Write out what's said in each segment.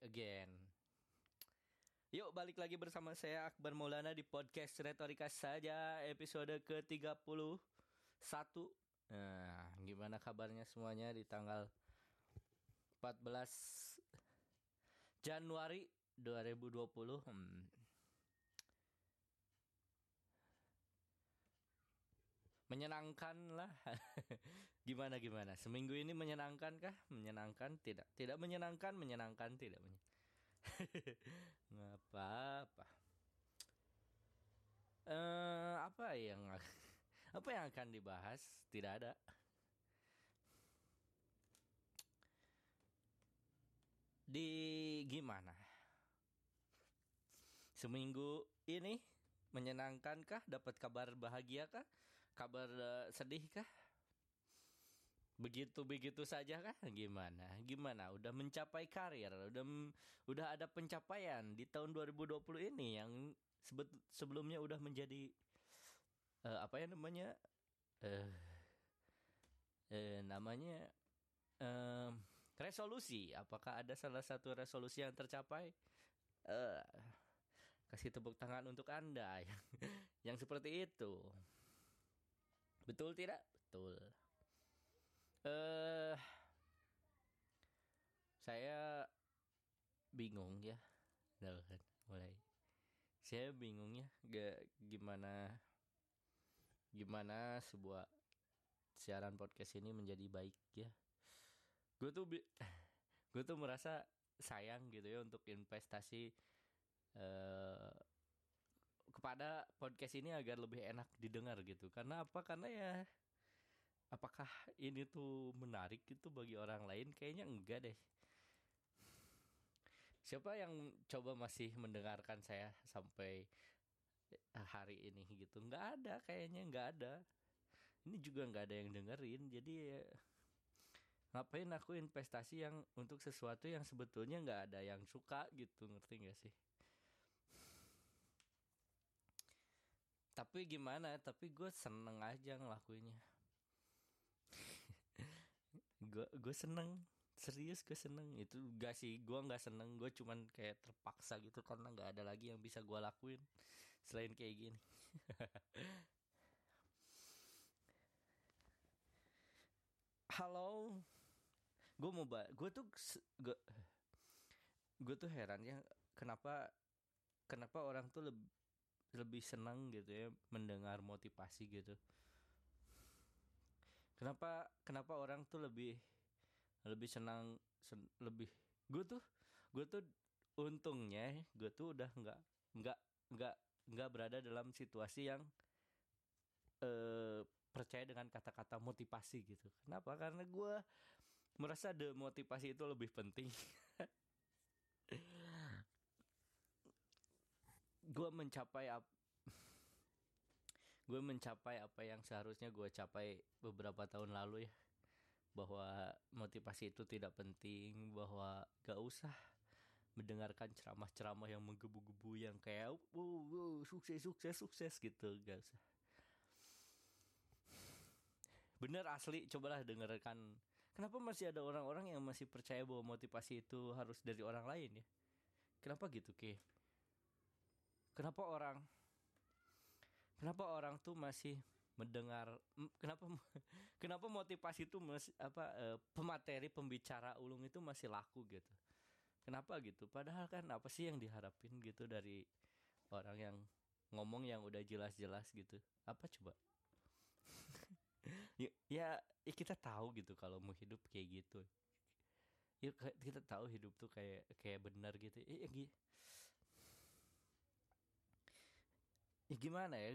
again. Yuk balik lagi bersama saya Akbar Maulana di podcast Retorika Saja episode ke-31. Nah, gimana kabarnya semuanya di tanggal 14 Januari 2020? Menyenangkan lah. Gimana? Seminggu ini menyenangkan kah? Menyenangkan? Tidak menyenangkan, tidak nggak apa-apa. Apa yang akan dibahas? Tidak ada. Di gimana? Seminggu ini menyenangkan kah? Dapat kabar bahagia kah? Kabar sedih kah? Begitu saja kah? Gimana? Udah mencapai karir, udah ada pencapaian di tahun 2020 ini yang sebelumnya udah menjadi resolusi. Apakah ada salah satu resolusi yang tercapai? Kasih tepuk tangan untuk Anda yang seperti itu. Betul tidak? Betul. Saya bingung ya. Mulai. Saya bingung ya, gimana sebuah siaran podcast ini menjadi baik ya. Gue tuh merasa sayang gitu ya untuk investasi kepada podcast ini agar lebih enak didengar gitu. Karena apa? Karena ya, apakah ini tuh menarik gitu bagi orang lain? Kayaknya enggak deh. Siapa yang coba masih mendengarkan saya sampai hari ini gitu? Kayaknya nggak ada. Ini juga nggak ada yang dengerin. Jadi ngapain aku investasi yang untuk sesuatu yang sebetulnya nggak ada yang suka gitu, ngerti nggak sih? Tapi gimana? Tapi gue seneng aja ngelakuinnya. gue seneng. Serius gue seneng. Itu gak sih, gue gak seneng. Gue cuman kayak terpaksa gitu karena gak ada lagi yang bisa gue lakuin selain kayak gini. Halo. Gue tuh heran ya, kenapa orang tuh lebih senang gitu ya mendengar motivasi gitu. Kenapa orang tuh lebih senang lebih gue tuh untungnya gue tuh udah nggak berada dalam situasi yang percaya dengan kata-kata motivasi gitu. Kenapa? Karena gue merasa demotivasi itu lebih penting. gue mencapai apa yang seharusnya gue capai beberapa tahun lalu ya, bahwa motivasi itu tidak penting, bahwa gak usah mendengarkan ceramah-ceramah yang menggebu-gebu yang kayak sukses gitu, gak usah. Bener asli, cobalah dengarkan. Kenapa masih ada orang-orang yang masih percaya bahwa motivasi itu harus dari orang lain ya? Kenapa gitu, Ki? Kenapa orang tuh masih mendengar, kenapa motivasi itu pemateri pembicara ulung itu masih laku gitu? Kenapa gitu? Padahal kan apa sih yang diharapin gitu dari orang yang ngomong yang udah jelas-jelas gitu? Apa coba? ya kita tahu gitu kalau mau hidup kayak gitu. Ya kita tahu hidup tuh kayak benar gitu. Gimana ya,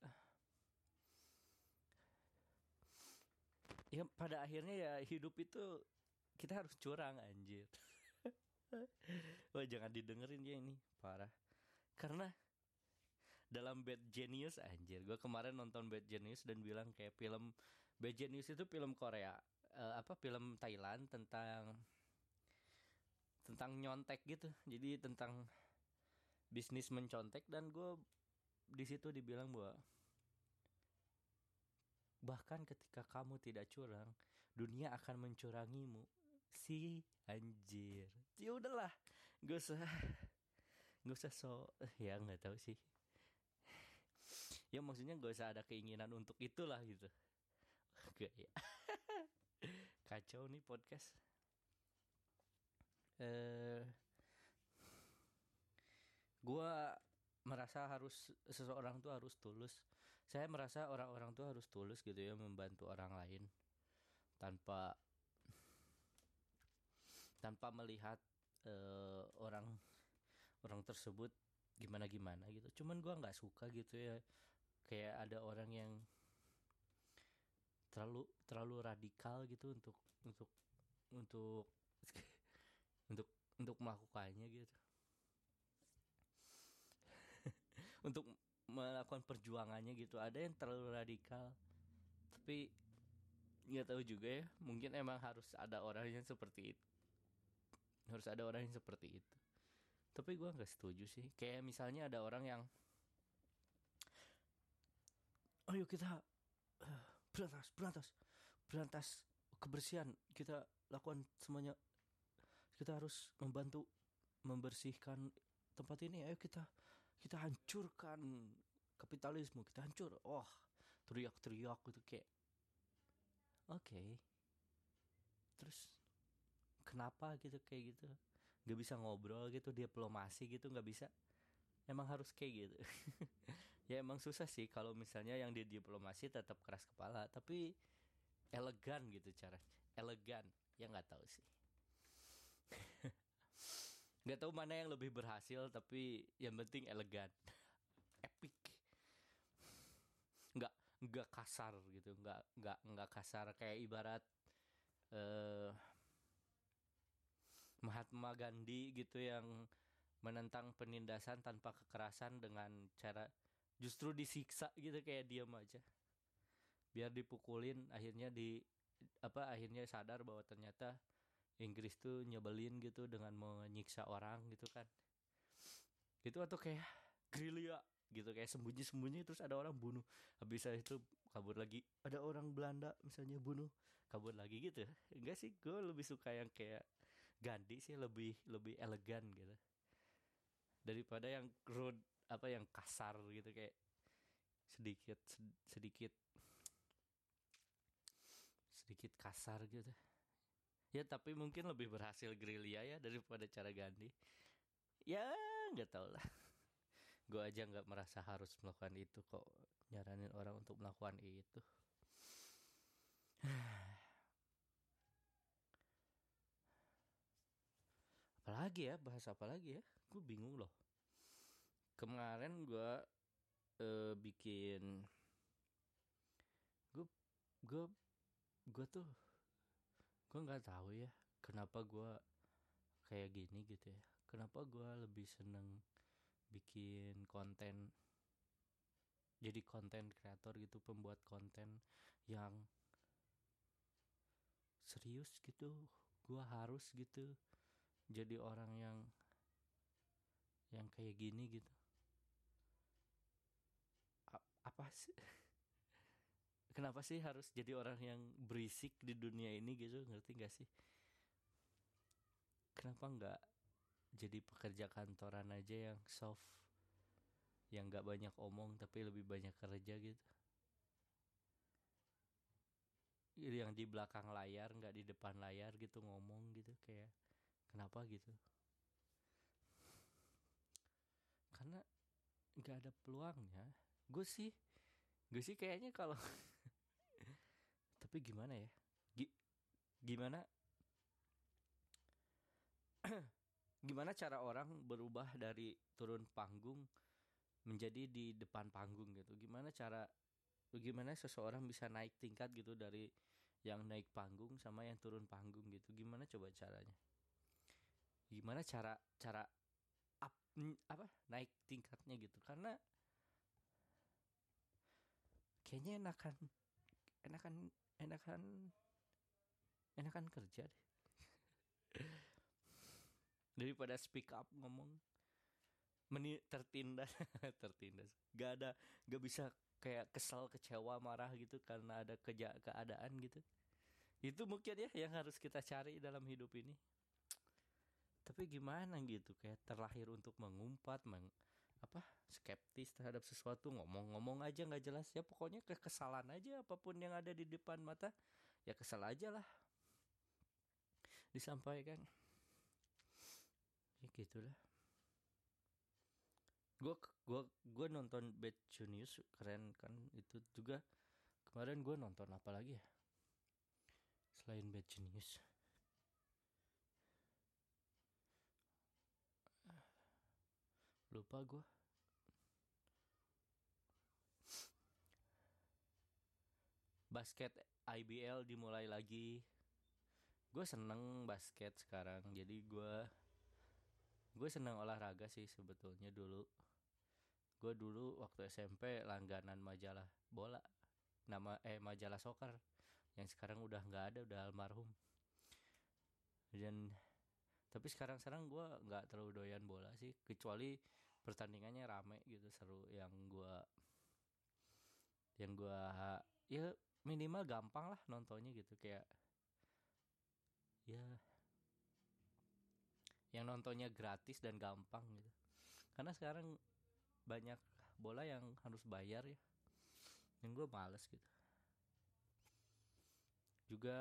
ya pada akhirnya ya hidup itu kita harus curang anjir. Wah, jangan didengerin ya ini, parah. Karena dalam Bad Genius, anjir, gue kemarin nonton Bad Genius dan bilang kayak film Bad Genius itu film Korea, film Thailand tentang nyontek gitu. Jadi tentang bisnis mencontek, dan gue di situ dibilang bahwa bahkan ketika kamu tidak curang, dunia akan mencurangimu. Si anjir. Ya udahlah, Gak usah, gak usah ya nggak tahu sih. Ya maksudnya gak usah ada keinginan untuk itulah gitu. Gak ya. Kacau nih podcast. Gua merasa seseorang tuh harus tulus. Saya merasa orang-orang tuh harus tulus gitu ya, membantu orang lain tanpa tanpa melihat orang orang tersebut gimana gimana gitu. Cuman gua nggak suka gitu ya, kayak ada orang yang terlalu radikal gitu untuk untuk untuk untuk melakukannya gitu, untuk melakukan perjuangannya gitu. Ada yang terlalu radikal, tapi nggak tahu juga ya, mungkin emang harus ada orang yang seperti itu, harus ada orang yang seperti itu. Tapi gue nggak setuju sih, kayak misalnya ada orang yang ayo kita berantas berantas berantas kebersihan, kita lakukan semuanya, kita harus membantu membersihkan tempat ini, ayo kita hancurkan kapitalisme, kita hancur, teriak-teriak gitu kayak oke. Terus kenapa gitu kayak gitu, nggak bisa ngobrol gitu, diplomasi gitu nggak bisa, emang harus kayak gitu. Ya emang susah sih kalau misalnya yang di diplomasi tetap keras kepala tapi elegan gitu caranya, elegan. Ya nggak tahu sih, nggak tahu mana yang lebih berhasil, tapi yang penting elegan. Epic, nggak nggak kasar gitu, nggak kasar kayak ibarat eh, Mahatma Gandhi gitu yang menentang penindasan tanpa kekerasan dengan cara justru disiksa gitu, kayak diam aja biar dipukulin, akhirnya sadar bahwa ternyata Inggris tuh nyebelin gitu dengan menyiksa orang gitu kan. Gitu, atau kayak gerilya gitu, kayak sembunyi-sembunyi terus ada orang bunuh, habis itu kabur lagi, ada orang Belanda misalnya bunuh, kabur lagi gitu. Enggak sih, gue lebih suka yang kayak Gandhi sih, lebih lebih elegan gitu daripada yang rude, yang kasar gitu, kayak sedikit sedikit sedikit kasar gitu. Ya tapi mungkin lebih berhasil gerilya ya daripada cara Gandhi. Ya nggak tau lah. Gue aja nggak merasa harus melakukan itu kok, nyaranin orang untuk melakukan itu. Apalagi ya, bahas apa lagi ya? Gue bingung loh. Kemarin gue bikin gue gue gue tuh gue nggak tahu ya kenapa gue kayak gini gitu ya. Kenapa gue lebih seneng bikin konten, jadi konten kreator gitu, pembuat konten yang serius gitu. Gue harus gitu jadi orang yang kayak gini gitu. Apa sih? Kenapa sih harus jadi orang yang berisik di dunia ini gitu? Ngerti gak sih? Kenapa nggak jadi pekerja kantoran aja yang soft, yang nggak banyak omong tapi lebih banyak kerja gitu? Yang di belakang layar, nggak di depan layar gitu ngomong gitu, kayak kenapa gitu? Karena nggak ada peluangnya. Gue sih, kayaknya kalau tapi gimana ya? Gimana gimana cara orang berubah dari turun panggung menjadi di depan panggung gitu? Gimana seseorang bisa naik tingkat gitu dari yang naik panggung sama yang turun panggung gitu? Gimana coba caranya? Gimana cara cara up, naik tingkatnya gitu? Karena kayaknya enakan enakan enakan kerja deh daripada speak up ngomong, tertindas. Tertindas, gak bisa kayak kesal, kecewa, marah gitu karena ada keadaan gitu. Itu mungkin ya yang harus kita cari dalam hidup ini. Tapi Tapi gimana gitu, kayak terlahir untuk mengumpat, apa, skeptis terhadap sesuatu, ngomong-ngomong aja nggak jelas ya, pokoknya kekesalan aja, apapun yang ada di depan mata ya kesal aja lah disampaikan. Ya gitulah. Gue nonton Bad Genius, keren kan itu juga. Kemarin gue nonton apa lagi ya selain Bad Genius? Lupa gue. Basket IBL dimulai lagi. Gue seneng basket sekarang, jadi gue seneng olahraga sih sebetulnya. Gue dulu waktu SMP langganan majalah bola, majalah soccer, yang sekarang udah nggak ada, udah almarhum. Dan tapi sekarang gue nggak terlalu doyan bola sih, kecuali pertandingannya rame gitu, seru. Yang gue ya minimal gampang lah nontonnya gitu, kayak ya yang nontonnya gratis dan gampang gitu. Karena sekarang banyak bola yang harus bayar ya, yang gue males gitu. Juga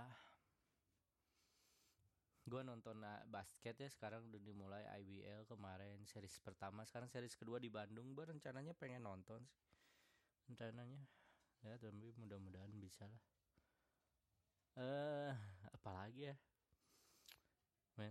gue nonton basket ya, sekarang udah dimulai IBL kemarin series pertama, sekarang series kedua di Bandung. Gue rencananya pengen nonton sih, rencananya ya, tapi mudah-mudahan bisa lah. Apalagi ya, men,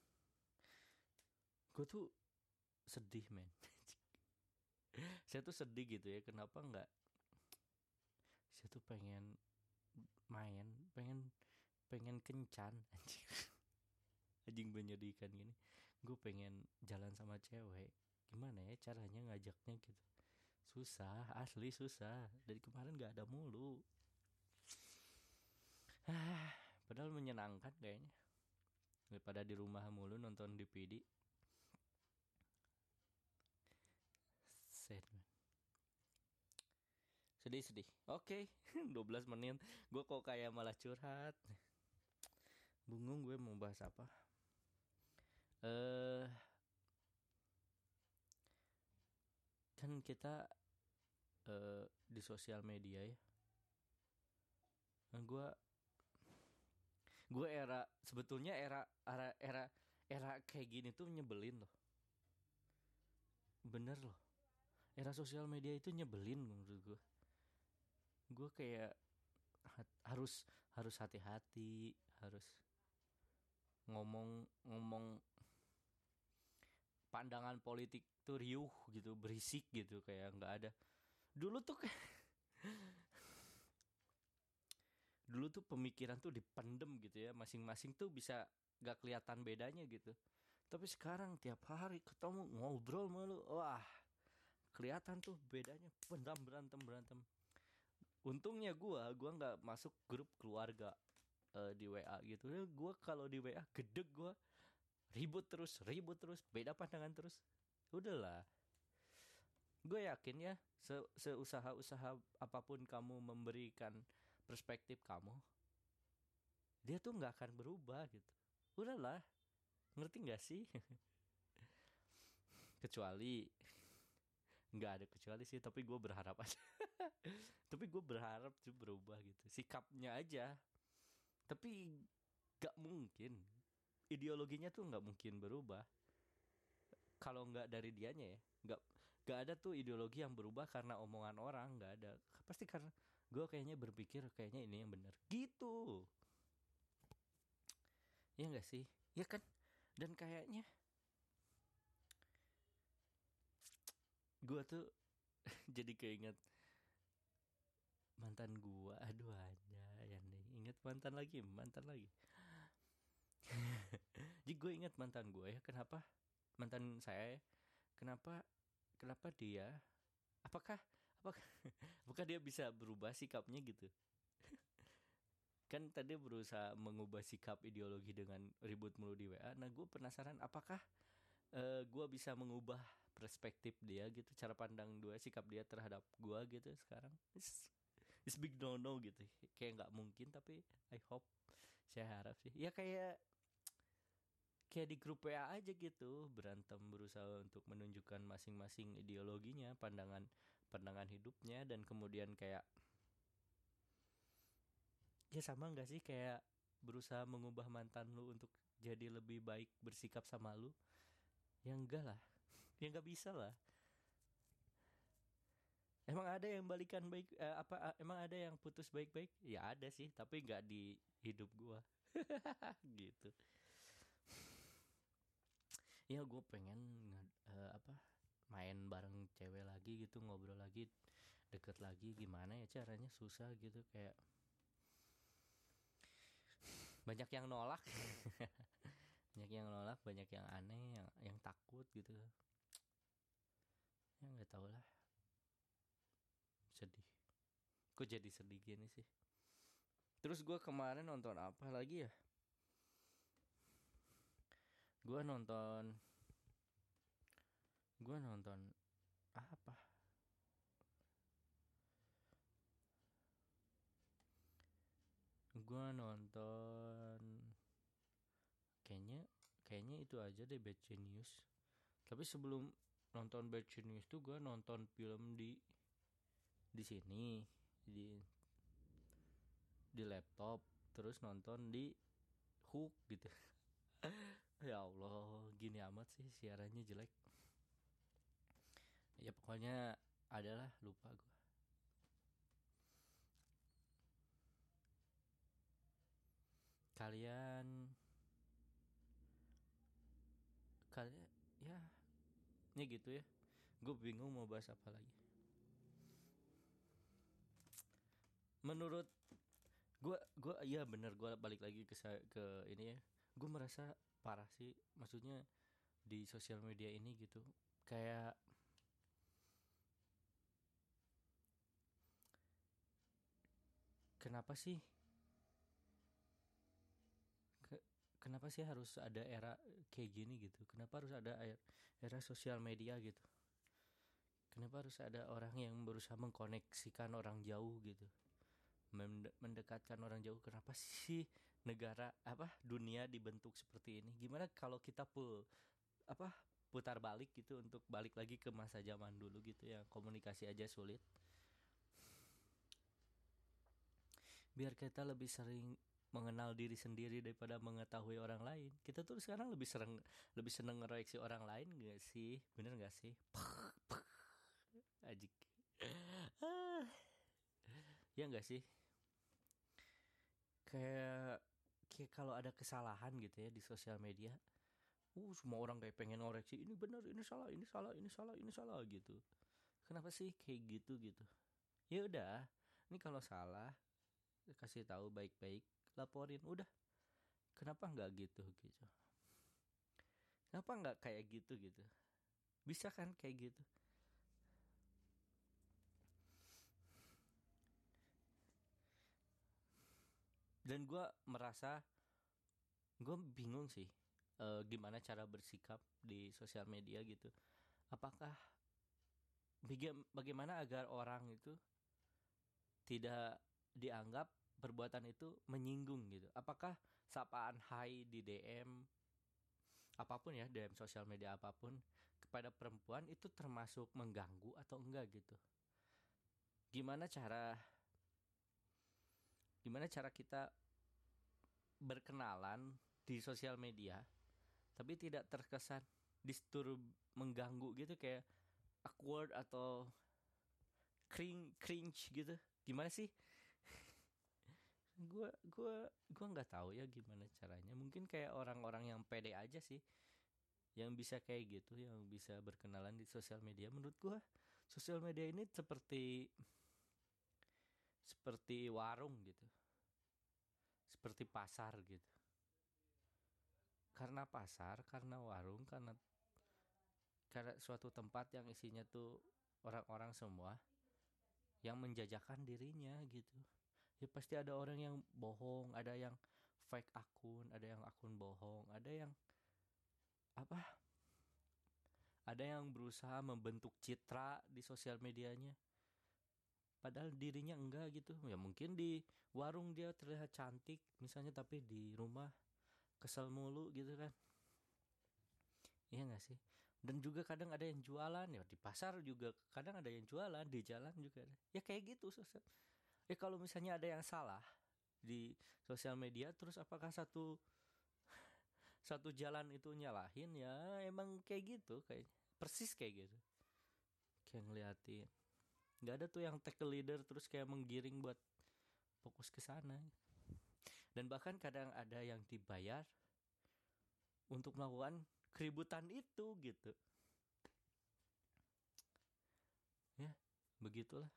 gue tuh sedih men. Saya tuh sedih gitu ya, kenapa nggak, saya tuh pengen main, pengen kencan anjing. Anjing menyedihkan gini. Gue pengen jalan sama cewek, gimana ya caranya ngajaknya gitu. Susah, asli susah. Dari kemarin gak ada mulu. Padahal menyenangkan kayaknya, daripada di rumah mulu nonton DVD. Sad man. Sedih. Oke, 12 menit. Gue kok kayak malah curhat. Bingung gue mau bahas apa. Kan kita di sosial media ya. Gue sebetulnya era kayak gini tuh nyebelin loh. Bener loh. Era sosial media itu nyebelin menurut gue. Gue kayak harus hati-hati, harus ngomong pandangan politik tuh riuh gitu, berisik gitu, kayak nggak ada. Dulu tuh dulu tuh pemikiran tuh dipendem gitu ya, masing-masing tuh bisa gak kelihatan bedanya gitu. Tapi sekarang tiap hari ketemu ngobrol mulu, wah kelihatan tuh bedanya, berantem. Untungnya gue nggak masuk grup keluarga di WA gitu. Gue kalau di WA gedeg, gue ribut terus, beda pandangan terus. Udahlah, gue yakin ya, seusaha-usaha apapun kamu memberikan perspektif kamu, dia tuh nggak akan berubah gitu. Udahlah, ngerti nggak sih? Kecuali, nggak ada kecuali sih, tapi gue berharap aja. Tapi gue berharap tuh berubah gitu, sikapnya aja. Tapi nggak mungkin, ideologinya tuh nggak mungkin berubah kalau nggak dari dianya ya. Nggak ada tuh ideologi yang berubah karena omongan orang, nggak ada. Pasti karena gue kayaknya berpikir kayaknya ini yang benar gitu. Ya nggak sih, ya kan. Dan kayaknya gue tuh jadi keinget mantan gue. Aduh aja ya nih, inget mantan lagi. Jadi gue inget mantan gue ya, kenapa mantan saya ya, kenapa kenapa dia, apakah apakah apakah dia bisa berubah sikapnya gitu. Kan tadi berusaha mengubah sikap ideologi dengan ribut mulu di WA. Nah gue penasaran, apakah gue bisa mengubah perspektif dia gitu, cara pandang dia, sikap dia terhadap gue gitu sekarang. It's big no gitu, kayak nggak mungkin, tapi I hope, saya harap sih ya, kayak kayak di grup WA aja gitu, berantem berusaha untuk menunjukkan masing-masing ideologinya, pandangan hidupnya, dan kemudian kayak ya sama nggak sih kayak berusaha mengubah mantan lu untuk jadi lebih baik bersikap sama lu. Ya enggak lah. Ya nggak bisa lah. Emang ada yang balikan baik emang ada yang putus baik-baik? Ya ada sih, tapi nggak di hidup gua. Gitu. Ya gue pengen main bareng cewek lagi gitu, ngobrol lagi, deket lagi, gimana ya caranya, susah gitu, kayak banyak yang nolak. Banyak yang nolak, banyak yang aneh, yang takut gitu. Ya nggak tahu lah, sedih. Kok jadi sedih gini sih? Terus gue kemarin nonton apa lagi ya? Gue nonton gue nonton apa? Gue nonton kayaknya kayaknya itu aja deh, Bad Genius. Tapi sebelum nonton Bad Genius tuh gue nonton film di sini, di laptop, terus nonton di Hook gitu. Ya Allah, gini amat sih siarannya jelek. Ya pokoknya adalah lupa gue. Kalian kalian ya, ini gitu ya. Gue bingung mau bahas apa lagi. Menurut gue iya bener, gue balik lagi ke ini ya. Gue merasa parah sih, maksudnya di sosial media ini gitu. Kayak kenapa sih kenapa sih harus ada era kayak gini gitu? Kenapa harus ada era sosial media gitu? Kenapa harus ada orang yang berusaha mengkoneksikan orang jauh gitu? Mendekatkan orang jauh. Kenapa sih negara dunia dibentuk seperti ini? Gimana kalau kita putar balik gitu, untuk balik lagi ke masa zaman dulu gitu ya, komunikasi aja sulit. Biar kita lebih sering mengenal diri sendiri daripada mengetahui orang lain. Kita tuh sekarang lebih seneng ngereaksi orang lain gak sih? Bener gak sih? Ajik. Ya gak sih? Kayak kayak kalau ada kesalahan gitu ya di sosial media, semua orang kayak pengen ngoreksi, ini benar, ini salah, ini salah, ini salah, ini salah gitu. Kenapa sih kayak gitu gitu? Ya udah, ini kalau salah kasih tahu baik-baik, laporin, udah. Kenapa nggak gitu gitu? Kenapa nggak kayak gitu gitu? Bisa kan kayak gitu? Dan gue bingung sih, gimana cara bersikap di sosial media gitu. Apakah bagaimana agar orang itu tidak dianggap perbuatan itu menyinggung gitu? Apakah sapaan hai di DM apapun ya, DM sosial media apapun kepada perempuan itu termasuk mengganggu atau enggak gitu? Gimana cara gimana cara kita berkenalan di sosial media tapi tidak terkesan disturb, mengganggu gitu, kayak awkward atau cringe gitu? Gimana sih? Gue nggak tahu ya gimana caranya. Mungkin kayak orang-orang yang pede aja sih yang bisa kayak gitu, yang bisa berkenalan di sosial media. Menurut gue sosial media ini seperti warung gitu, seperti pasar gitu. Karena pasar, karena warung, karena suatu tempat yang isinya tuh orang-orang semua yang menjajakan dirinya gitu. Ya pasti ada orang yang bohong, ada yang fake akun, ada yang akun bohong, apa ada yang berusaha membentuk citra di sosial medianya padahal dirinya enggak gitu. Ya mungkin di warung dia terlihat cantik misalnya, tapi di rumah kesel mulu gitu kan. Iya nggak sih? Dan juga kadang ada yang jualan ya di pasar juga, kadang ada yang jualan di jalan juga ada. Ya kayak gitu sosial. Ya kalau misalnya ada yang salah di sosial media, terus apakah satu satu jalan itu nyalahin? Ya emang kayak gitu, kayak persis kayak gitu. Kayak ngeliatin, nggak ada tuh yang take leader terus kayak menggiring buat fokus ke sana. Dan bahkan kadang ada yang dibayar untuk melakukan keributan itu gitu. Ya, begitulah.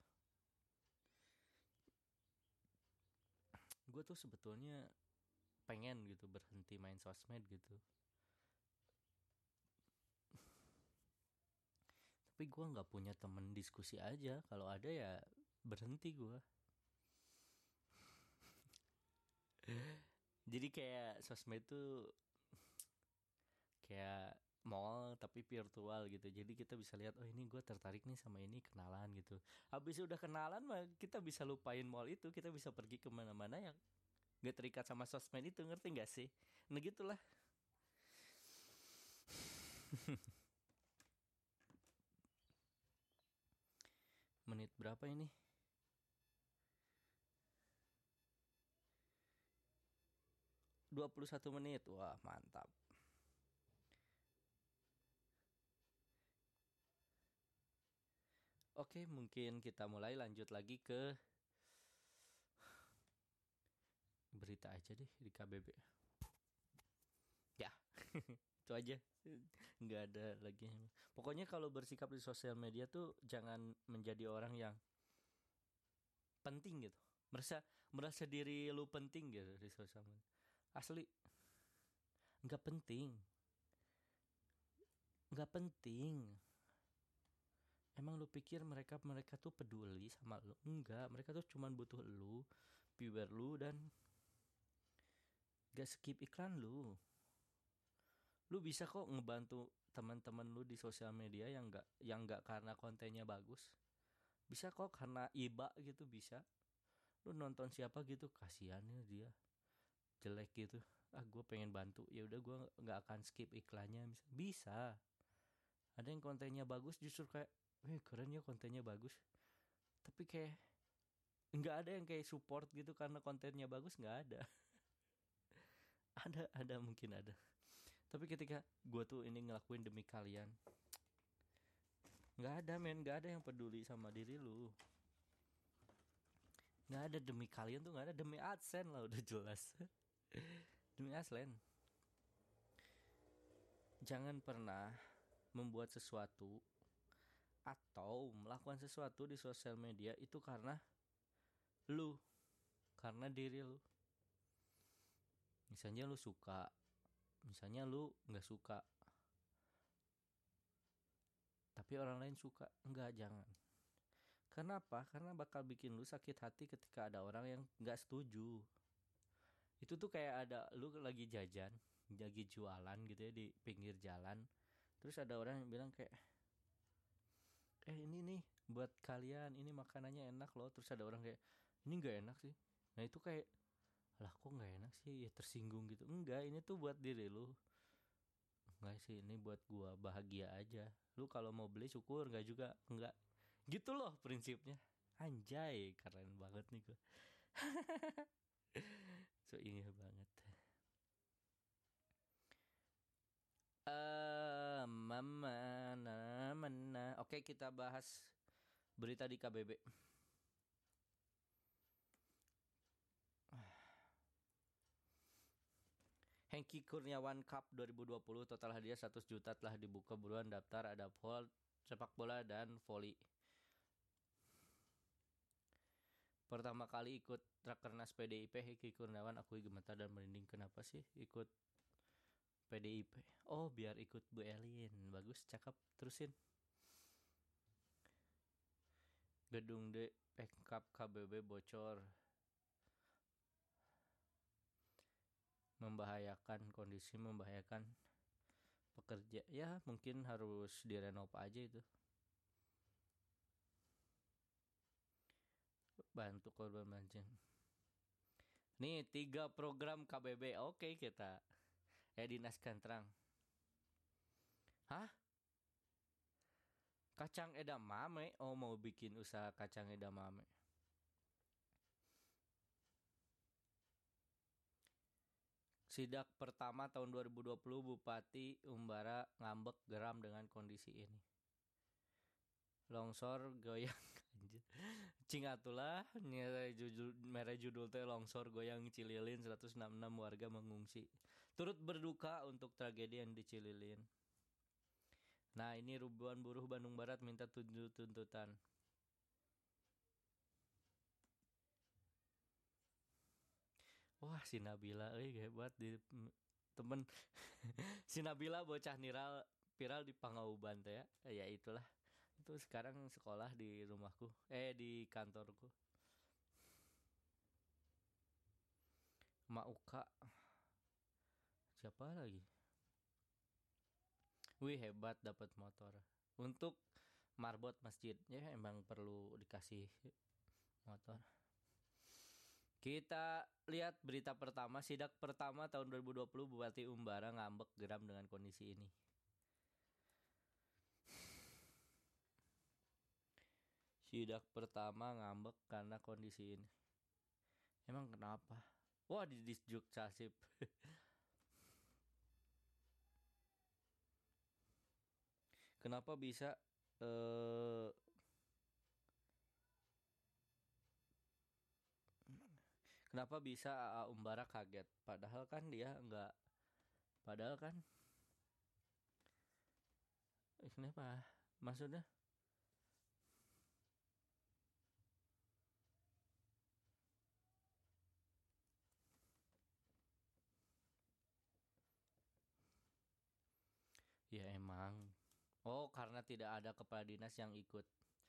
Gue tuh sebetulnya pengen gitu berhenti main sosmed gitu. Tapi gue nggak punya temen diskusi aja. Kalau ada ya berhenti gue. Jadi kayak sosmed tuh kayak mall tapi virtual gitu. Jadi kita bisa lihat, oh ini gue tertarik nih sama ini, kenalan gitu. Habis udah kenalan mah kita bisa lupain mall itu, kita bisa pergi kemana-mana yang gak terikat sama sosmed itu, ngerti gak sih? Nah gitulah. Menit berapa ini? 21 menit. Wah mantap. Oke, mungkin kita mulai lanjut lagi ke berita aja deh di KBB. Ya, itu aja. Nggak ada lagi. Pokoknya kalau bersikap di sosial media tuh jangan menjadi orang yang penting gitu. Merasa merasa diri lu penting gitu di sosial media. Asli, nggak penting. Nggak penting. Emang lu pikir mereka mereka tuh peduli sama lu? Enggak, mereka tuh cuman butuh lu, viewer lu, dan gak skip iklan lu. Lu bisa kok ngebantu teman-teman lu di sosial media yang nggak karena kontennya bagus. Bisa kok karena iba gitu bisa. Lu nonton siapa gitu, kasihannya dia jelek gitu. Ah gue pengen bantu, ya udah gue nggak akan skip iklannya. Bisa. Ada yang kontennya bagus justru kayak, keren ya kontennya bagus. Tapi kayak nggak ada yang kayak support gitu karena kontennya bagus, nggak ada. Ada mungkin ada. Tapi ketika gue tuh ini ngelakuin demi kalian, nggak ada men, nggak ada yang peduli sama diri lu. Nggak ada, demi kalian tuh nggak ada, demi AdSense lah udah jelas. Demi AdSense. Jangan pernah membuat sesuatu atau melakukan sesuatu di sosial media itu karena lu, karena diri lu. Misalnya lu suka, misalnya lu nggak suka, tapi orang lain suka, nggak, jangan. Karena apa? Karena bakal bikin lu sakit hati ketika ada orang yang nggak setuju. Itu tuh kayak ada lu lagi jajan, lagi jualan gitu ya di pinggir jalan. Terus ada orang yang bilang kayak, ini nih buat kalian, ini makanannya enak loh. Terus ada orang kayak, ini nggak enak sih. Nah itu kayak, lah kok nggak enak sih? Ya tersinggung gitu. Enggak, ini tuh buat diri lu. Enggak sih, ini buat gua bahagia aja. Lu kalau mau beli syukur, nggak juga enggak. Gitu loh prinsipnya. Anjay, keren banget nih gua. So ini banget. Mana. Oke, kita bahas berita di KBB. Hengki Kurniawan Cup 2020 total hadiah 100 juta telah dibuka buruan daftar, ada sepak bola dan voli. Pertama kali ikut Rakernas PDIP, Hengki Kurniawan akui gemetar dan merinding. Kenapa sih ikut PDIP? Oh biar ikut Bu Elin. Bagus, cakep, terusin. Gedung D Pengkap KBB bocor, kondisi membahayakan pekerja. Ya mungkin harus direnov aja itu. Bantu korban banjir. Nih 3 program KBB. Oke kita. Dinas Kantrang. Kacang edamame. Oh, mau bikin usaha kacang edamame. Sidak pertama tahun 2020 Bupati Umbara ngambek geram dengan kondisi ini. Longsor goyang anjir. Cing atulah mere judul teh longsor goyang Cililin 166 warga mengungsi. Turut berduka untuk tragedi yang di Cililin. Nah, ini ribuan buruh Bandung Barat minta tuntutan. Wah, si Nabila hebat di temen. Si Nabila bocah viral di Pangauban teh ya. Ya itulah. Itu sekarang sekolah di rumahku, di kantorku. Mauka. Siapa lagi? Wih, hebat dapat motor. Untuk marbot masjid ya emang perlu dikasih motor. Kita lihat berita pertama, sidak pertama tahun 2020 Bupati Umbara ngambek geram dengan kondisi ini. Sidak pertama ngambek karena kondisi ini. Emang kenapa? Wah, di disjuk Casip. Kenapa bisa kenapa bisa AA Umbara kaget? Padahal kan dia enggak. Padahal kan kenapa? Maksudnya? Ya emang. Oh, karena tidak ada kepala dinas yang ikut.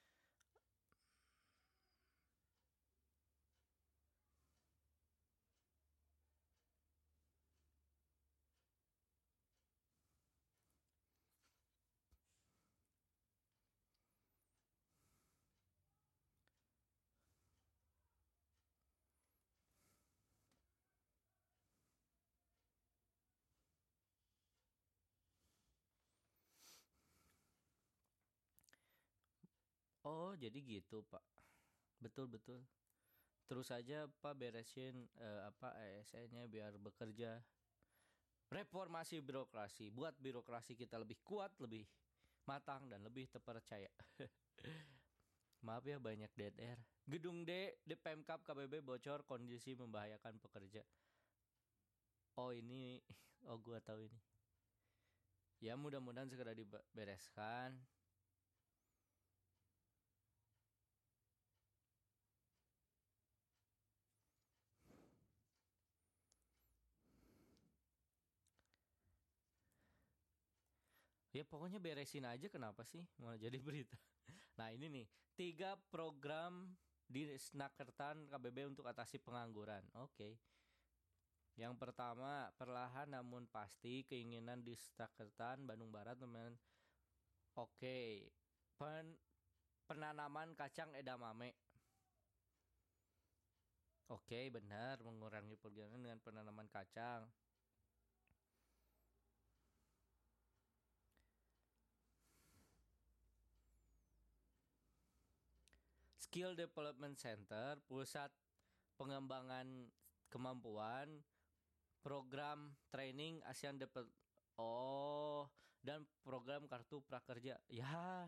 Oh, jadi gitu, Pak. Betul, betul. Terus aja Pak beresin ASN-nya biar bekerja. Reformasi birokrasi, buat birokrasi kita lebih kuat, lebih matang dan lebih terpercaya. Maaf ya banyak dead air. Gedung D Pemkab KBB bocor, kondisi membahayakan pekerja. Oh ini, oh gua tahu ini. Ya mudah-mudahan segera dibereskan. Ya pokoknya beresin aja, kenapa sih malah jadi berita. Nah ini nih, 3 program di Snakertan KBB untuk atasi pengangguran. Oke. Yang pertama, perlahan namun pasti keinginan di Snakertan Bandung Barat teman. Oke. Penanaman kacang edamame. Oke, benar, mengurangi perjalanan dengan penanaman kacang. Skill Development Center, pusat pengembangan kemampuan, program training ASEAN dan program kartu prakerja. Ya,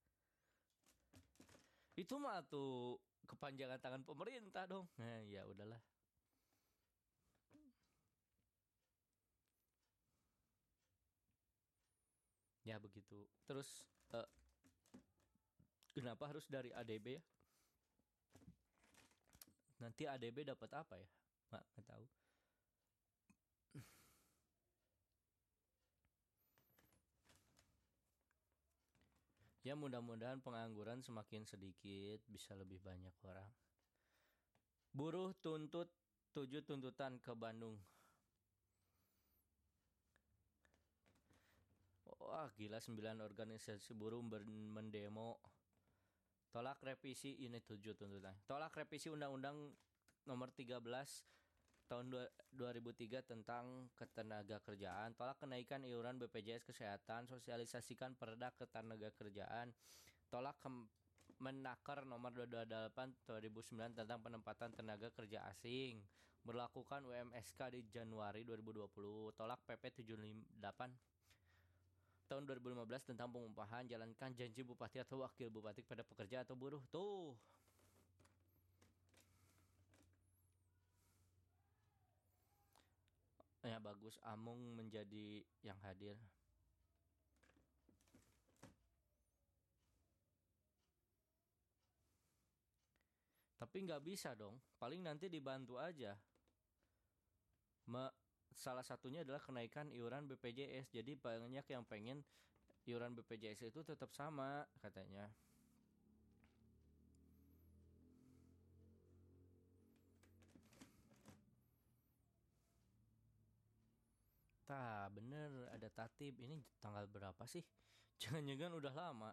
itu mah tuh kepanjangan tangan pemerintah dong. Nah, ya udahlah. Ya begitu. Terus kenapa harus dari ADB ya? Nanti ADB dapat apa ya? Nggak tahu. Ya mudah-mudahan pengangguran semakin sedikit, bisa lebih banyak orang. Buruh tuntut 7 tuntutan ke Bandung. Wah gila, 9 organisasi buruh mendemo. Tolak revisi, ini 7 tuntutan. Tolak revisi Undang-Undang nomor 13 tahun 2003 tentang ketenaga kerjaan, tolak kenaikan iuran BPJS Kesehatan, sosialisasikan perda ketenaga kerjaan, tolak Menaker nomor 228 2009 tentang penempatan tenaga kerja asing, berlakukan UMSK di Januari 2020, tolak PP 78 tahun 2015 tentang pengupahan, jalankan janji bupati atau wakil bupati pada pekerja atau buruh. Tuh. Ya bagus, Amung menjadi yang hadir. Tapi nggak bisa dong, paling nanti dibantu aja. Salah satunya adalah kenaikan iuran BPJS. Jadi banyak yang pengen iuran BPJS itu tetap sama katanya. Tah bener ada tatib. Ini tanggal berapa sih? Jangan-jangan udah lama.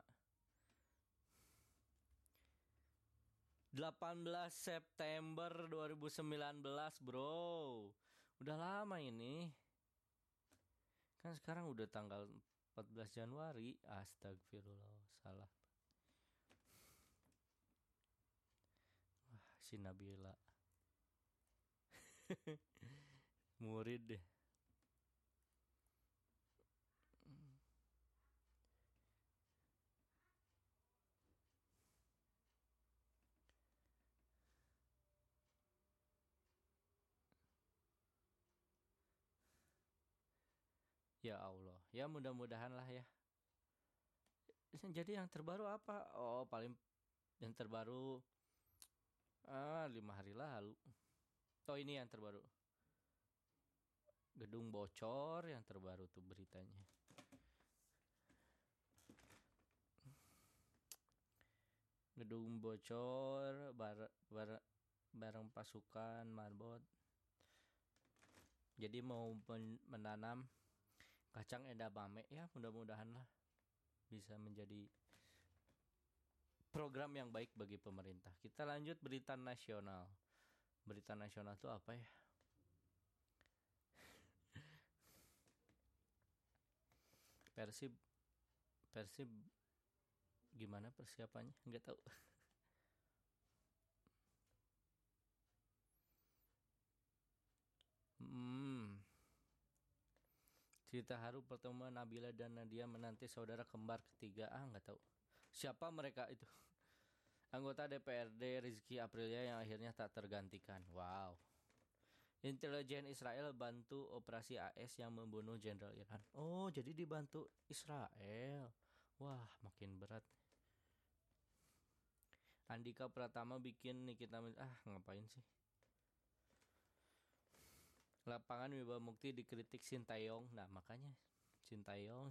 18 September 2019 bro. Udah lama ini. Kan sekarang udah tanggal 14 Januari. Astagfirullah, salah. Wah, si Nabila. Murid deh. Ya Allah, ya mudah-mudahan lah ya. Jadi yang terbaru apa? Oh paling yang terbaru 5 hari lalu. Oh ini yang terbaru. Gedung bocor yang terbaru tuh beritanya. Gedung bocor bareng pasukan Marbot. Jadi mau menanam kacang edamame ya, mudah-mudahan lah bisa menjadi program yang baik bagi pemerintah. Kita lanjut berita nasional. Berita nasional itu apa ya? Persib gimana persiapannya? Nggak tahu. Cerita haru pertemuan Nabila dan Nadia menanti saudara kembar ketiga. Nggak tahu. Siapa mereka itu? Anggota DPRD Rizky Aprilia yang akhirnya tak tergantikan. Wow. Intelijen Israel bantu operasi AS yang membunuh jenderal Iran. Oh, jadi dibantu Israel. Wah, makin berat. Andika Pratama bikin Nikita ngapain sih? Lapangan Wibawa Mukti dikritik Sintayong. Nah, makanya Sintayong.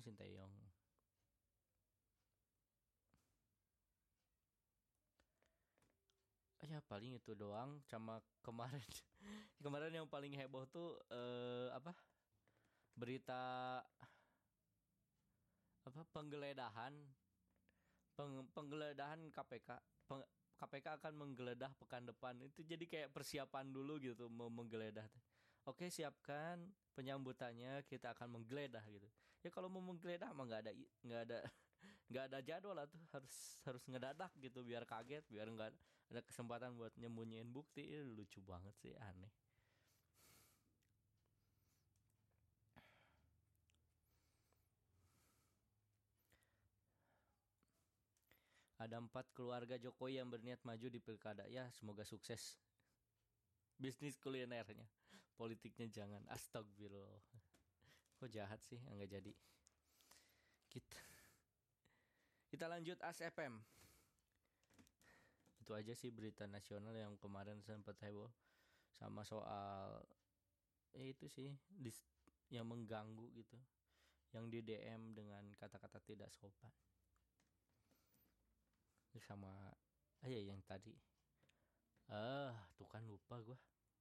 Ya paling itu doang sama kemarin. Kemarin yang paling heboh tuh berita penggeledahan KPK. KPK akan menggeledah pekan depan. Itu jadi kayak persiapan dulu gitu mau menggeledah. Oke, siapkan penyambutannya, kita akan menggeledah gitu. Ya kalau mau menggeledah mah nggak ada jadwal lah tuh, harus ngedadak gitu biar kaget, biar nggak ada kesempatan buat nyembunyiin bukti. Lucu banget sih, aneh. Ada 4 keluarga Jokowi yang berniat maju di pilkada. Ya semoga sukses. Bisnis kulinernya, politiknya jangan. Astagfirullah. Kok jahat sih, nggak jadi. Kita lanjut ASFM. Itu aja sih berita nasional yang kemarin sempat heboh. Sama soal itu sih yang mengganggu gitu, yang di DM dengan kata-kata tidak sopan. Sama yang tadi tuh kan lupa gue.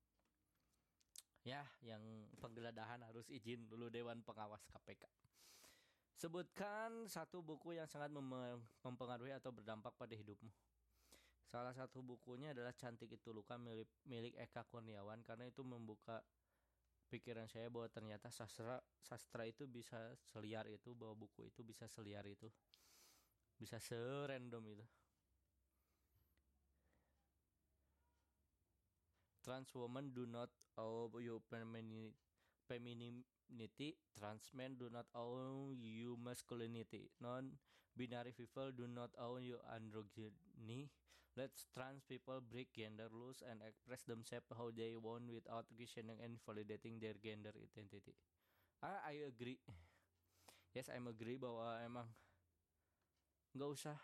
Ya, yang penggeledahan harus izin dulu Dewan Pengawas KPK. Sebutkan satu buku yang sangat mempengaruhi atau berdampak pada hidupmu. Salah satu bukunya adalah Cantik Itu Luka milik Eka Kurniawan, karena itu membuka pikiran saya bahwa ternyata sastra itu bisa seliar itu, bahwa buku itu bisa seliar itu, bisa serandom itu. Trans women do not owe you femininity. Trans men do not owe you masculinity. Non-binary people do not owe you androgyny. Let's trans people break gender rules and express themselves how they want without questioning and validating their gender identity. I agree. Yes, I agree bahwa emang nggak usah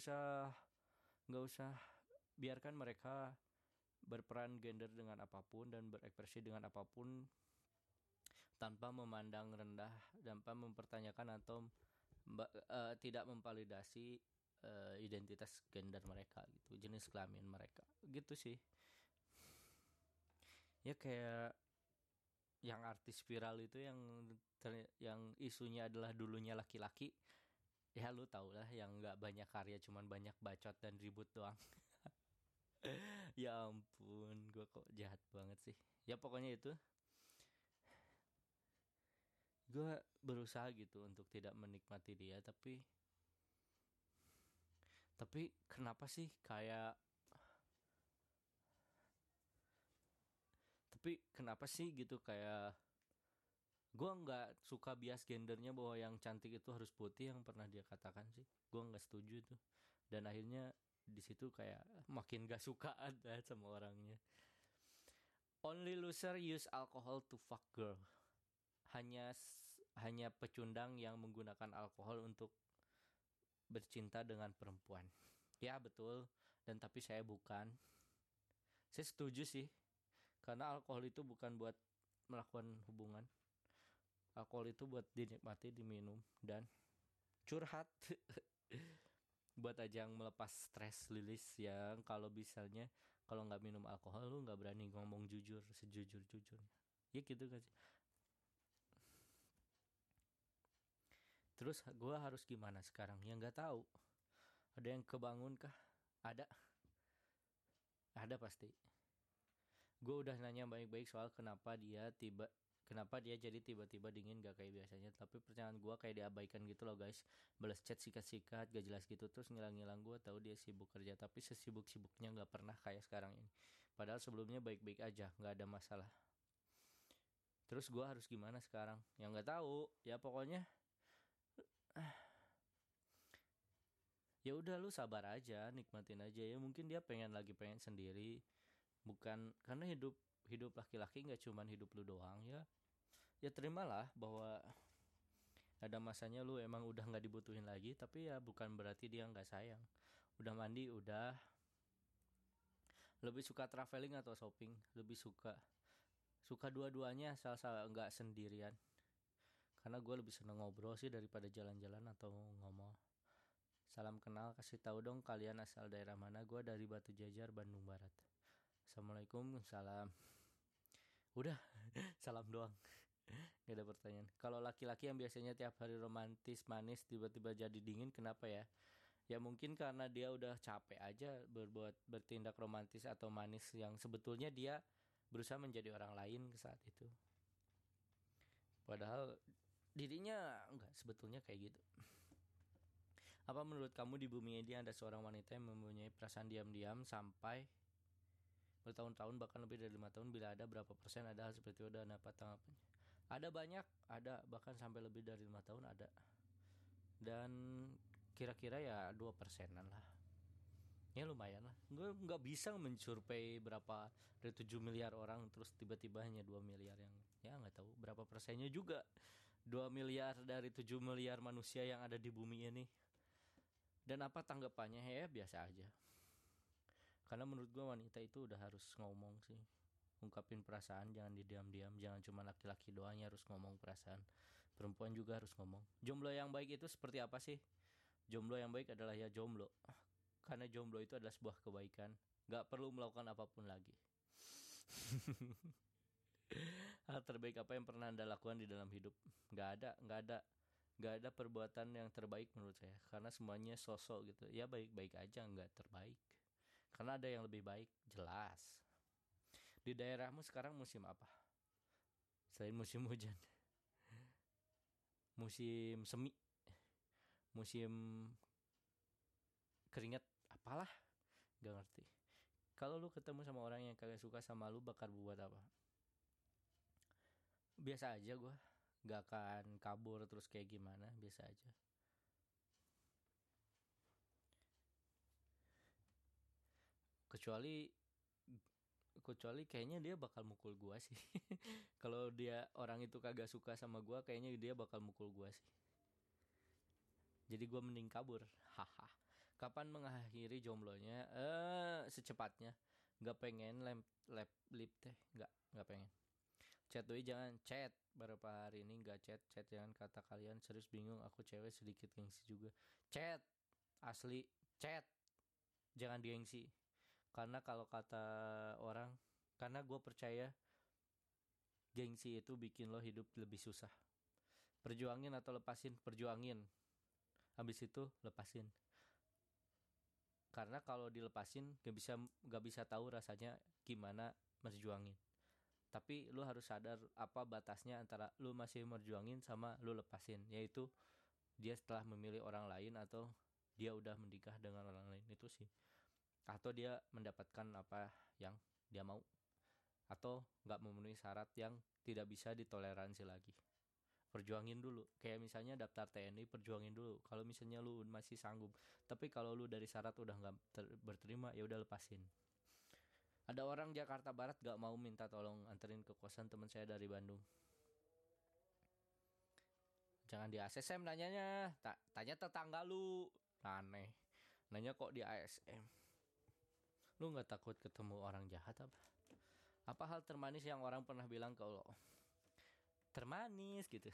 biarkan mereka berperan gender dengan apapun dan berekspresi dengan apapun tanpa memandang rendah, tanpa mempertanyakan atau tidak memvalidasi identitas gender mereka gitu, jenis kelamin mereka gitu sih. Ya kayak yang artis viral itu yang isunya adalah dulunya laki-laki. Ya lu tau lah, yang nggak banyak karya, cuman banyak bacot dan ribut doang. Ya ampun, gue kok jahat banget sih. Ya pokoknya itu, gue berusaha gitu untuk tidak menikmati dia, tapi kenapa sih kayak, tapi kenapa sih gitu kayak gue nggak suka bias gendernya bahwa yang cantik itu harus putih yang pernah dia katakan sih. Gue nggak setuju tuh, dan akhirnya di situ kayak makin gak suka ada sama orangnya. Only loser use alcohol to fuck girl. Hanya pecundang yang menggunakan alkohol untuk bercinta dengan perempuan. Ya betul, dan tapi saya bukan. Saya setuju sih, karena alkohol itu bukan buat melakukan hubungan. Alkohol itu buat dinikmati, diminum, dan curhat. Buat ajang melepas stres, rilis yang kalau misalnya kalau nggak minum alkohol lu nggak berani ngomong jujur sejujur-jujurnya. Ya gitu kan sih. Terus gue harus gimana sekarang? Ya nggak tahu. Ada yang kebangun kah? Ada pasti. Gue udah nanya baik-baik soal kenapa dia jadi tiba-tiba dingin gak kayak biasanya. Tapi pertanyaan gue kayak diabaikan gitu loh guys. Balas chat sikat-sikat gak jelas gitu, terus ngilang-ngilang. Gue tahu dia sibuk kerja, tapi sesibuk-sibuknya gak pernah kayak sekarang ini. Padahal sebelumnya baik-baik aja, gak ada masalah. Terus gue harus gimana sekarang? Ya gak tahu. Ya pokoknya ya udah, lu sabar aja, nikmatin aja ya. Mungkin dia pengen sendiri, bukan karena hidup laki-laki nggak cuman hidup lu doang ya. Ya terimalah bahwa ada masanya lu emang udah nggak dibutuhin lagi, tapi ya bukan berarti dia nggak sayang. Udah mandi, udah. Lebih suka traveling atau shopping? Lebih suka dua-duanya, asal nggak sendirian. Karena gue lebih seneng ngobrol sih daripada jalan-jalan atau ngomong. Salam kenal, kasih tahu dong kalian asal daerah mana. Gue dari Batu Jajar, Bandung Barat. Assalamualaikum, salam. Udah, salam doang. Gak ada pertanyaan. Kalau laki-laki yang biasanya tiap hari romantis manis tiba-tiba jadi dingin, kenapa ya? Ya mungkin karena dia udah capek aja bertindak romantis atau manis yang sebetulnya dia berusaha menjadi orang lain saat itu. Padahal dirinya enggak sebetulnya kayak gitu. Apa menurut kamu di bumi ini ada seorang wanita yang mempunyai perasaan diam-diam sampai bertahun-tahun, bahkan lebih dari 5 tahun? Bila ada, berapa persen ada hal seperti itu dan apa tanggapannya? Ada banyak, ada bahkan sampai lebih dari 5 tahun ada. Dan kira-kira ya 2%-an lah. Ya lumayan lah. Gue nggak bisa mensurvei berapa dari 7 miliar orang terus tiba-tiba hanya 2 miliar yang ya nggak tahu berapa persennya juga. 2 miliar dari 7 miliar manusia yang ada di bumi ini. Dan apa tanggapannya? Ya biasa aja. Karena menurut gue wanita itu udah harus ngomong sih. Ungkapin perasaan, jangan didiam-diam. Jangan cuma laki-laki doang yang harus ngomong perasaan. Perempuan juga harus ngomong. Jomblo yang baik itu seperti apa sih? Jomblo yang baik adalah ya jomblo. Karena jomblo itu adalah sebuah kebaikan. Gak perlu melakukan apapun lagi. Hal terbaik apa yang pernah Anda lakukan di dalam hidup? Gak ada perbuatan yang terbaik menurut saya. Karena semuanya sosok gitu. Ya baik-baik aja, gak terbaik. Karena ada yang lebih baik, jelas. Di daerahmu sekarang musim apa? Selain musim hujan. Musim semi, musim keringat, apalah, gak ngerti. Kalau lu ketemu sama orang yang kagak suka sama lu bakal buat apa? Biasa aja gua, gak akan kabur terus kayak gimana, biasa aja. Kecuali kecuali kayaknya dia bakal mukul gua sih. Kalau dia orang itu kagak suka sama gua, kayaknya dia bakal mukul gua sih. Jadi gua mending kabur. Haha. Kapan mengakhiri jomblonya? Secepatnya. Gak pengen lip teh, gak pengen. Chat doi jangan chat. Beberapa hari ini gak chat jangan kata kalian serius bingung aku cewek sedikit gengsi juga. Chat asli chat jangan gengsi. Karena kalau kata orang, karena gue percaya gengsi itu bikin lo hidup lebih susah. Perjuangin atau lepasin, perjuangin. Habis itu lepasin. Karena kalau dilepasin gak bisa tahu rasanya gimana merjuangin. Tapi lu harus sadar apa batasnya antara lu masih merjuangin sama lu lepasin, yaitu dia setelah memilih orang lain atau dia udah menikah dengan orang lain, itu sih. Atau dia mendapatkan apa yang dia mau, atau nggak memenuhi syarat yang tidak bisa ditoleransi lagi. Perjuangin dulu, kayak misalnya daftar TNI, perjuangin dulu kalau misalnya lu masih sanggup. Tapi kalau lu dari syarat udah nggak berterima, ya udah lepasin. Ada orang Jakarta Barat gak mau minta tolong anterin ke kosan teman saya dari Bandung. Jangan di ASM nanyanya, tanya tetangga lu. Aneh, nanya kok di ASM. Lu gak takut ketemu orang jahat apa? Apa hal termanis yang orang pernah bilang ke lo? Termanis gitu.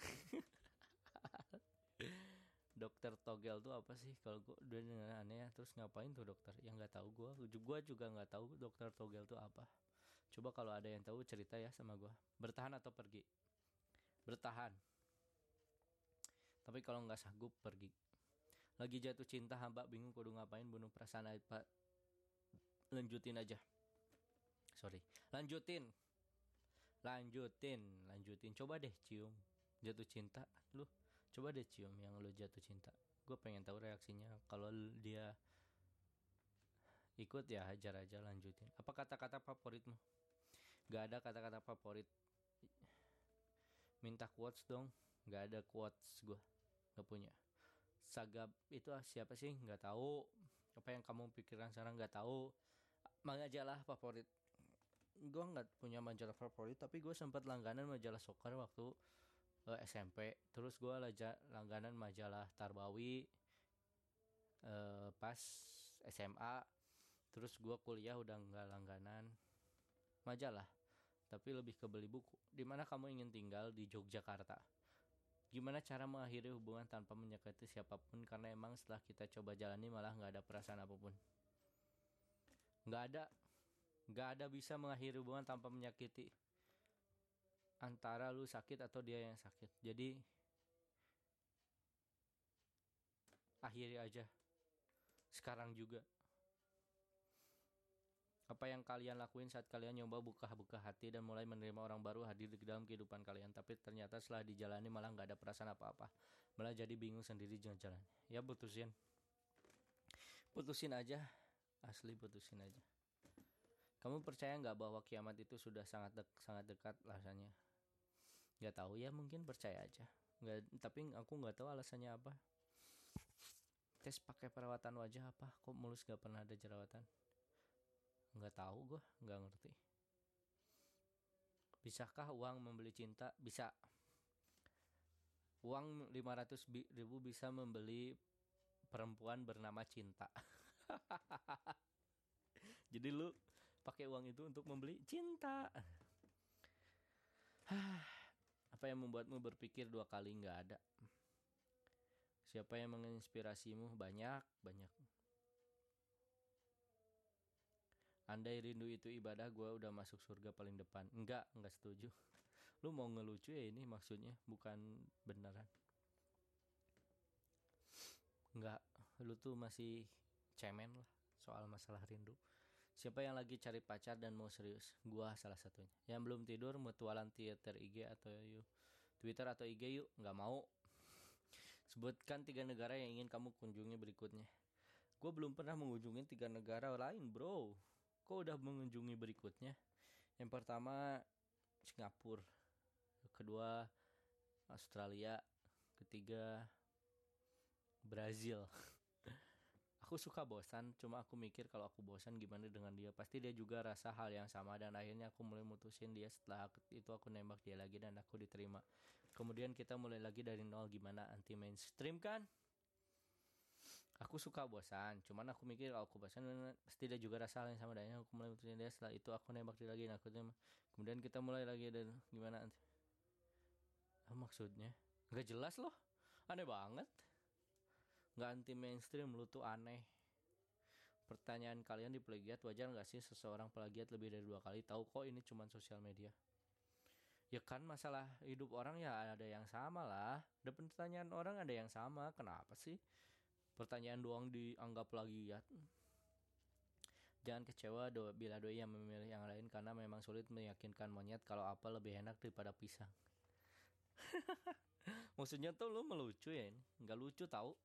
Dokter togel tuh apa sih? Kalau gue udah dengar aneh ya. Terus ngapain tuh dokter? Yang nggak tahu gue juga nggak tahu dokter togel tuh apa. Coba kalau ada yang tahu cerita ya sama gue. Bertahan atau pergi? Bertahan. Tapi kalau nggak sanggup pergi. Lagi jatuh cinta hamba bingung kudu ngapain, bunuh perasaan apa? Lanjutin aja. Sorry. Lanjutin. Coba deh cium. Jatuh cinta lu. Coba deh cium yang lu jatuh cinta. Gue pengen tahu reaksinya. Kalau dia ikut ya hajar aja, lanjutin. Apa kata-kata favoritmu? Gak ada kata-kata favorit. Minta quotes dong. Gak ada quotes gue. Gak punya. Sagab itu siapa sih? Gak tahu. Apa yang kamu pikirkan sekarang gak tahu. Majalah favorit. Gue gak punya majalah favorit. Tapi gue sempat langganan majalah soccer waktu SMP. Terus gue langganan majalah Tarbawi pas SMA. Terus gue kuliah udah gak langganan majalah, tapi lebih ke beli buku. Dimana kamu ingin tinggal di Yogyakarta? Gimana cara mengakhiri hubungan tanpa menyakiti siapapun? Karena emang setelah kita coba jalani malah gak ada perasaan apapun. Gak ada bisa mengakhiri hubungan tanpa menyakiti. Antara lu sakit atau dia yang sakit. Jadi akhiri aja sekarang juga. Apa yang kalian lakuin saat kalian nyoba buka hati dan mulai menerima orang baru hadir di dalam kehidupan kalian, tapi ternyata setelah dijalani malah gak ada perasaan apa-apa, malah jadi bingung sendiri jalan. Ya putusin aja, asli putusin aja. Kamu percaya gak bahwa kiamat itu sudah sangat dekat rasanya? Gak tahu ya, mungkin percaya aja. Tapi aku gak tahu alasannya apa. Tes pakai perawatan wajah apa? Kok mulus gak pernah ada jerawatan? Nggak tahu, gue nggak ngerti. Bisakah uang membeli cinta? Bisa. Uang 500.000 bisa membeli perempuan bernama cinta. Jadi lu pakai uang itu untuk membeli cinta. Apa yang membuatmu berpikir 2 kali? Nggak ada. Siapa yang menginspirasimu? Banyak. Andai rindu itu ibadah, gue udah masuk surga paling depan. Enggak setuju. Lu mau ngelucu ya ini maksudnya, bukan beneran. Enggak, lu tuh masih cemen lah soal masalah rindu. Siapa yang lagi cari pacar dan mau serius? Gua salah satunya. Yang belum tidur mutualan Twitter IG atau yuk Twitter atau IG yuk? Nggak mau. Sebutkan 3 negara yang ingin kamu kunjungi berikutnya. Gue belum pernah mengunjungi 3 negara lain, bro. Kok udah mengunjungi berikutnya? Yang pertama Singapura, kedua Australia, ketiga Brazil. Aku suka bosan, cuma aku mikir kalau aku bosan gimana dengan dia. Pasti dia juga rasa hal yang sama dan akhirnya aku mulai mutusin dia. Setelah itu aku nembak dia lagi dan aku diterima. Kemudian kita mulai lagi dari nol, gimana, anti mainstream kan? Aku suka bosan, cuman aku mikir kalau aku bosan pasti dia juga rasa hal yang sama dan akhirnya aku mulai mutusin dia. Setelah itu aku nembak dia lagi dan aku terima. Kemudian kita mulai lagi dan gimana, anti maksudnya? Gak jelas loh. Aneh banget. Gak anti mainstream, lu tuh aneh. Pertanyaan kalian di plagiat, wajar gak sih seseorang plagiat lebih dari 2 kali? Tahu kok ini cuma sosial media. Ya kan masalah hidup orang ya ada yang sama lah. Dan pertanyaan orang ada yang sama. Kenapa sih pertanyaan doang dianggap plagiat? Jangan kecewa bila doi yang memilih yang lain karena memang sulit meyakinkan monyet kalau apel lebih enak daripada pisang. Maksudnya tuh lu melucu ya ini? Nggak lucu tahu.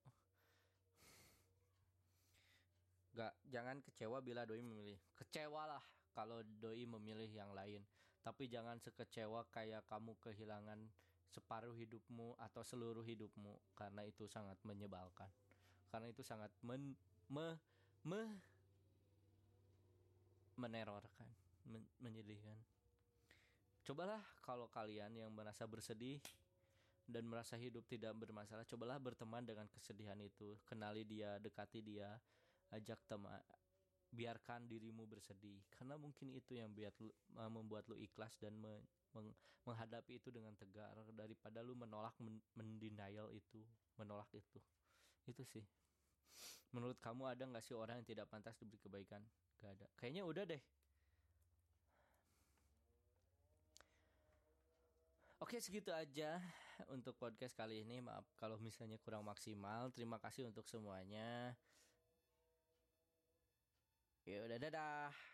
Jangan kecewa bila doi memilih. Kecewalah kalau doi memilih yang lain. Tapi jangan sekecewa kayak kamu kehilangan separuh hidupmu atau seluruh hidupmu, karena itu sangat menyebalkan. Karena itu sangat menerorkan, menyedihkan. Cobalah kalau kalian yang merasa bersedih dan merasa hidup tidak bermasalah, cobalah berteman dengan kesedihan itu. Kenali dia, dekati dia, ajak teman, biarkan dirimu bersedih, karena mungkin itu yang membuat lu ikhlas dan menghadapi itu dengan tegar daripada lu menolak, mendenial itu, menolak itu sih. Menurut kamu ada nggak sih orang yang tidak pantas diberi kebaikan? Gak ada, kayaknya udah deh. Oke, segitu aja untuk podcast kali ini. Maaf kalau misalnya kurang maksimal. Terima kasih untuk semuanya. Ya udah, dadah.